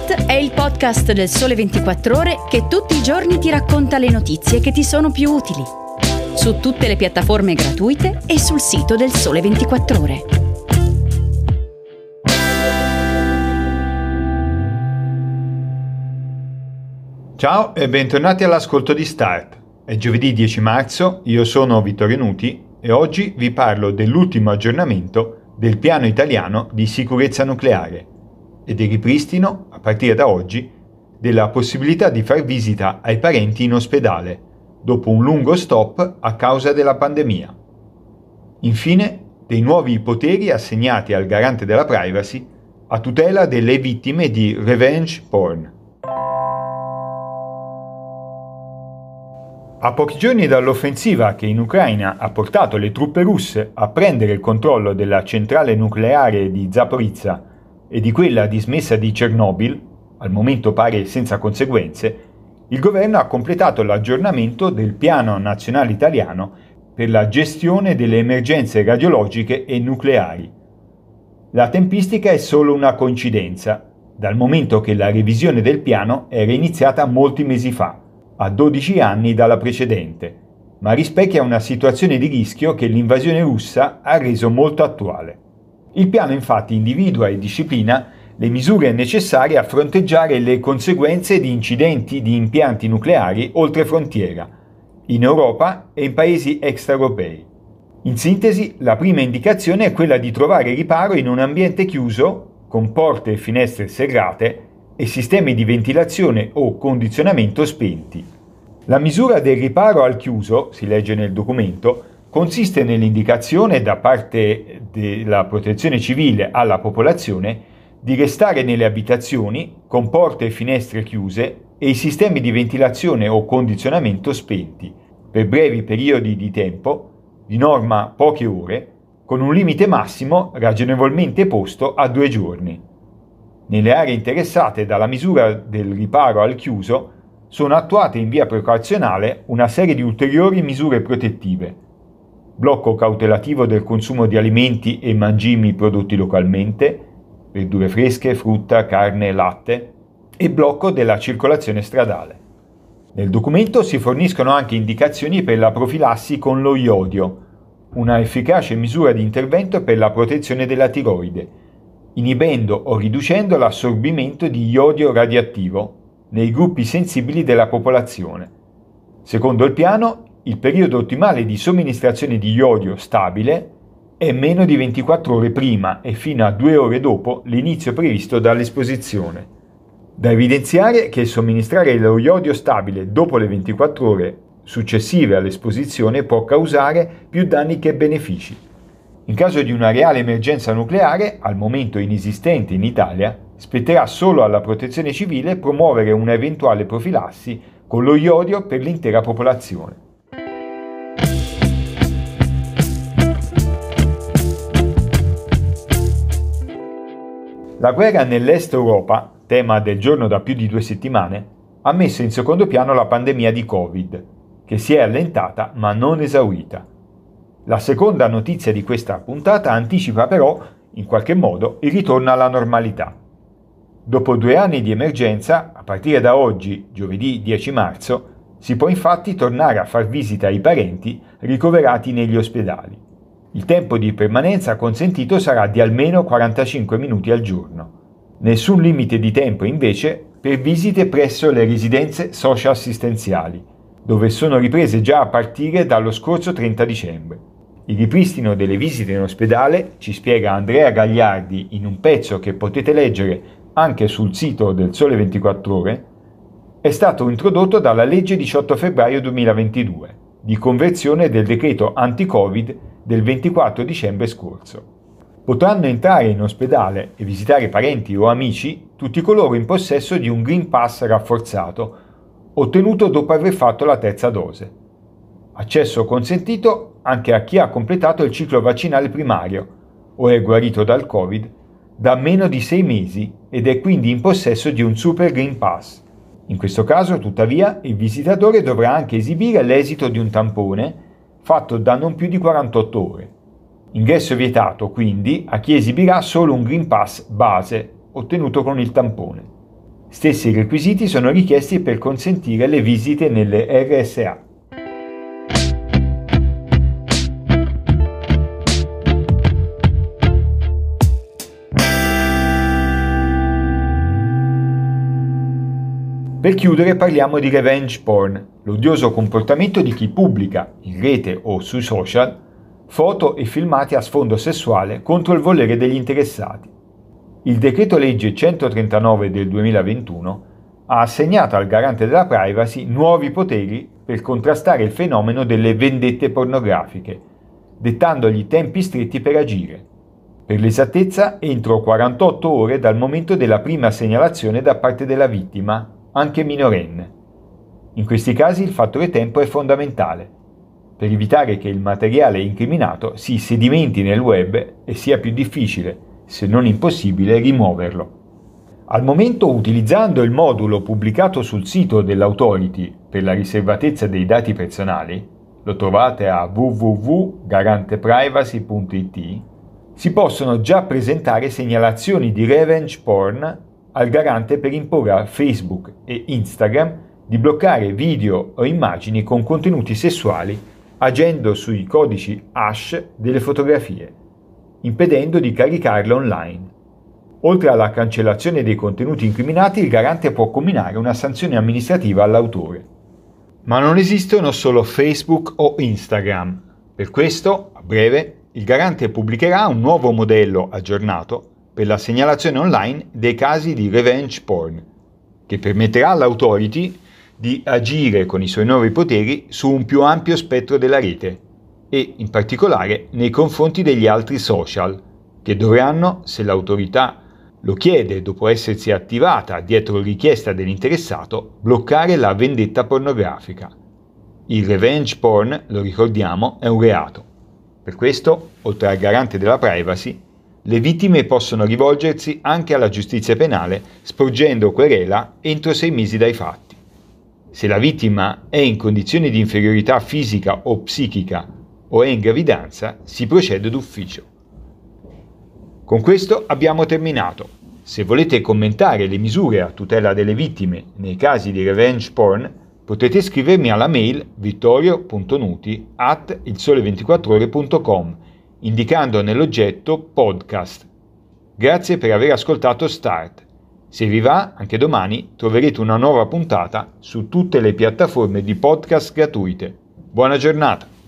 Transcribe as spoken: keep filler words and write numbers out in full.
Start è il podcast del Sole ventiquattro Ore che tutti i giorni ti racconta le notizie che ti sono più utili. Su tutte le piattaforme gratuite e sul sito del Sole ventiquattro Ore. Ciao e bentornati all'ascolto di Start. È giovedì dieci marzo, io sono Vittorio Nuti e oggi vi parlo dell'ultimo aggiornamento del piano italiano di sicurezza nucleare e del ripristino, a partire da oggi, della possibilità di far visita ai parenti in ospedale, dopo un lungo stop a causa della pandemia. Infine, dei nuovi poteri assegnati al garante della privacy a tutela delle vittime di revenge porn. A pochi giorni dall'offensiva che in Ucraina ha portato le truppe russe a prendere il controllo della centrale nucleare di Zaporizhzhia e di quella dismessa di Chernobyl, al momento pare senza conseguenze, il governo ha completato l'aggiornamento del Piano Nazionale Italiano per la gestione delle emergenze radiologiche e nucleari. La tempistica è solo una coincidenza, dal momento che la revisione del piano era iniziata molti mesi fa, a dodici anni dalla precedente, ma rispecchia una situazione di rischio che l'invasione russa ha reso molto attuale. Il piano infatti individua e disciplina le misure necessarie a fronteggiare le conseguenze di incidenti di impianti nucleari oltre frontiera, in Europa e in paesi extraeuropei. In sintesi, la prima indicazione è quella di trovare riparo in un ambiente chiuso, con porte e finestre serrate e sistemi di ventilazione o condizionamento spenti. La misura del riparo al chiuso, si legge nel documento, consiste nell'indicazione da parte della Protezione Civile alla popolazione di restare nelle abitazioni con porte e finestre chiuse e i sistemi di ventilazione o condizionamento spenti per brevi periodi di tempo, di norma poche ore, con un limite massimo ragionevolmente posto a due giorni. Nelle aree interessate dalla misura del riparo al chiuso sono attuate in via precauzionale una serie di ulteriori misure protettive: blocco cautelativo del consumo di alimenti e mangimi prodotti localmente, verdure fresche, frutta, carne, latte, e blocco della circolazione stradale. Nel documento si forniscono anche indicazioni per la profilassi con lo iodio, una efficace misura di intervento per la protezione della tiroide, inibendo o riducendo l'assorbimento di iodio radioattivo nei gruppi sensibili della popolazione. Secondo il piano, il periodo ottimale di somministrazione di iodio stabile è meno di ventiquattro ore prima e fino a due ore dopo l'inizio previsto dall'esposizione. Da evidenziare che somministrare lo iodio stabile dopo le ventiquattro ore successive all'esposizione può causare più danni che benefici. In caso di una reale emergenza nucleare, al momento inesistente in Italia, spetterà solo alla Protezione Civile promuovere una eventuale profilassi con lo iodio per l'intera popolazione. La guerra nell'Est Europa, tema del giorno da più di due settimane, ha messo in secondo piano la pandemia di Covid, che si è allentata ma non esaurita. La seconda notizia di questa puntata anticipa però, in qualche modo, il ritorno alla normalità. Dopo due anni di emergenza, a partire da oggi, giovedì dieci marzo, si può infatti tornare a far visita ai parenti ricoverati negli ospedali. Il tempo di permanenza consentito sarà di almeno quarantacinque minuti al giorno. Nessun limite di tempo invece per visite presso le residenze socio-assistenziali, dove sono riprese già a partire dallo scorso trenta dicembre. Il ripristino delle visite in ospedale, ci spiega Andrea Gagliardi in un pezzo che potete leggere anche sul sito del Sole ventiquattro Ore, è stato introdotto dalla legge diciotto febbraio duemilaventidue, di conversione del decreto anti-Covid del ventiquattro dicembre scorso. Potranno entrare in ospedale e visitare parenti o amici tutti coloro in possesso di un Green Pass rafforzato, ottenuto dopo aver fatto la terza dose. Accesso consentito anche a chi ha completato il ciclo vaccinale primario o è guarito dal Covid da meno di sei mesi ed è quindi in possesso di un Super Green Pass. In questo caso, tuttavia, il visitatore dovrà anche esibire l'esito di un tampone fatto da non più di quarantotto ore. Ingresso vietato, quindi, a chi esibirà solo un Green Pass base ottenuto con il tampone. Stessi requisiti sono richiesti per consentire le visite nelle R S A. Per chiudere parliamo di revenge porn, l'odioso comportamento di chi pubblica, in rete o sui social, foto e filmati a sfondo sessuale contro il volere degli interessati. Il decreto legge centotrentanove del duemilaventuno ha assegnato al garante della privacy nuovi poteri per contrastare il fenomeno delle vendette pornografiche, dettandogli tempi stretti per agire. Per l'esattezza, entro quarantotto ore dal momento della prima segnalazione da parte della vittima, anche minorenne. In questi casi il fattore tempo è fondamentale, per evitare che il materiale incriminato si sedimenti nel web e sia più difficile, se non impossibile, rimuoverlo. Al momento, utilizzando il modulo pubblicato sul sito dell'Authority per la riservatezza dei dati personali, lo trovate a w w w punto garanteprivacy punto i t, si possono già presentare segnalazioni di revenge porn al garante per imporre a Facebook e Instagram di bloccare video o immagini con contenuti sessuali agendo sui codici hash delle fotografie, impedendo di caricarle online. Oltre alla cancellazione dei contenuti incriminati, il garante può comminare una sanzione amministrativa all'autore. Ma non esistono solo Facebook o Instagram. Per questo, a breve, il garante pubblicherà un nuovo modello aggiornato per la segnalazione online dei casi di revenge porn, che permetterà all'Authority di agire con i suoi nuovi poteri su un più ampio spettro della rete e, in particolare, nei confronti degli altri social, che dovranno, se l'autorità lo chiede dopo essersi attivata dietro richiesta dell'interessato, bloccare la vendetta pornografica. Il revenge porn, lo ricordiamo, è un reato. Per questo, oltre al garante della privacy, le vittime possono rivolgersi anche alla giustizia penale sporgendo querela entro sei mesi dai fatti. Se la vittima è in condizioni di inferiorità fisica o psichica o è in gravidanza, si procede d'ufficio. Con questo abbiamo terminato. Se volete commentare le misure a tutela delle vittime nei casi di revenge porn, potete scrivermi alla mail vittorio punto nuti at il sole ventiquattro ore punto com indicando nell'oggetto podcast. Grazie per aver ascoltato Start. Se vi va, anche domani troverete una nuova puntata su tutte le piattaforme di podcast gratuite. Buona giornata!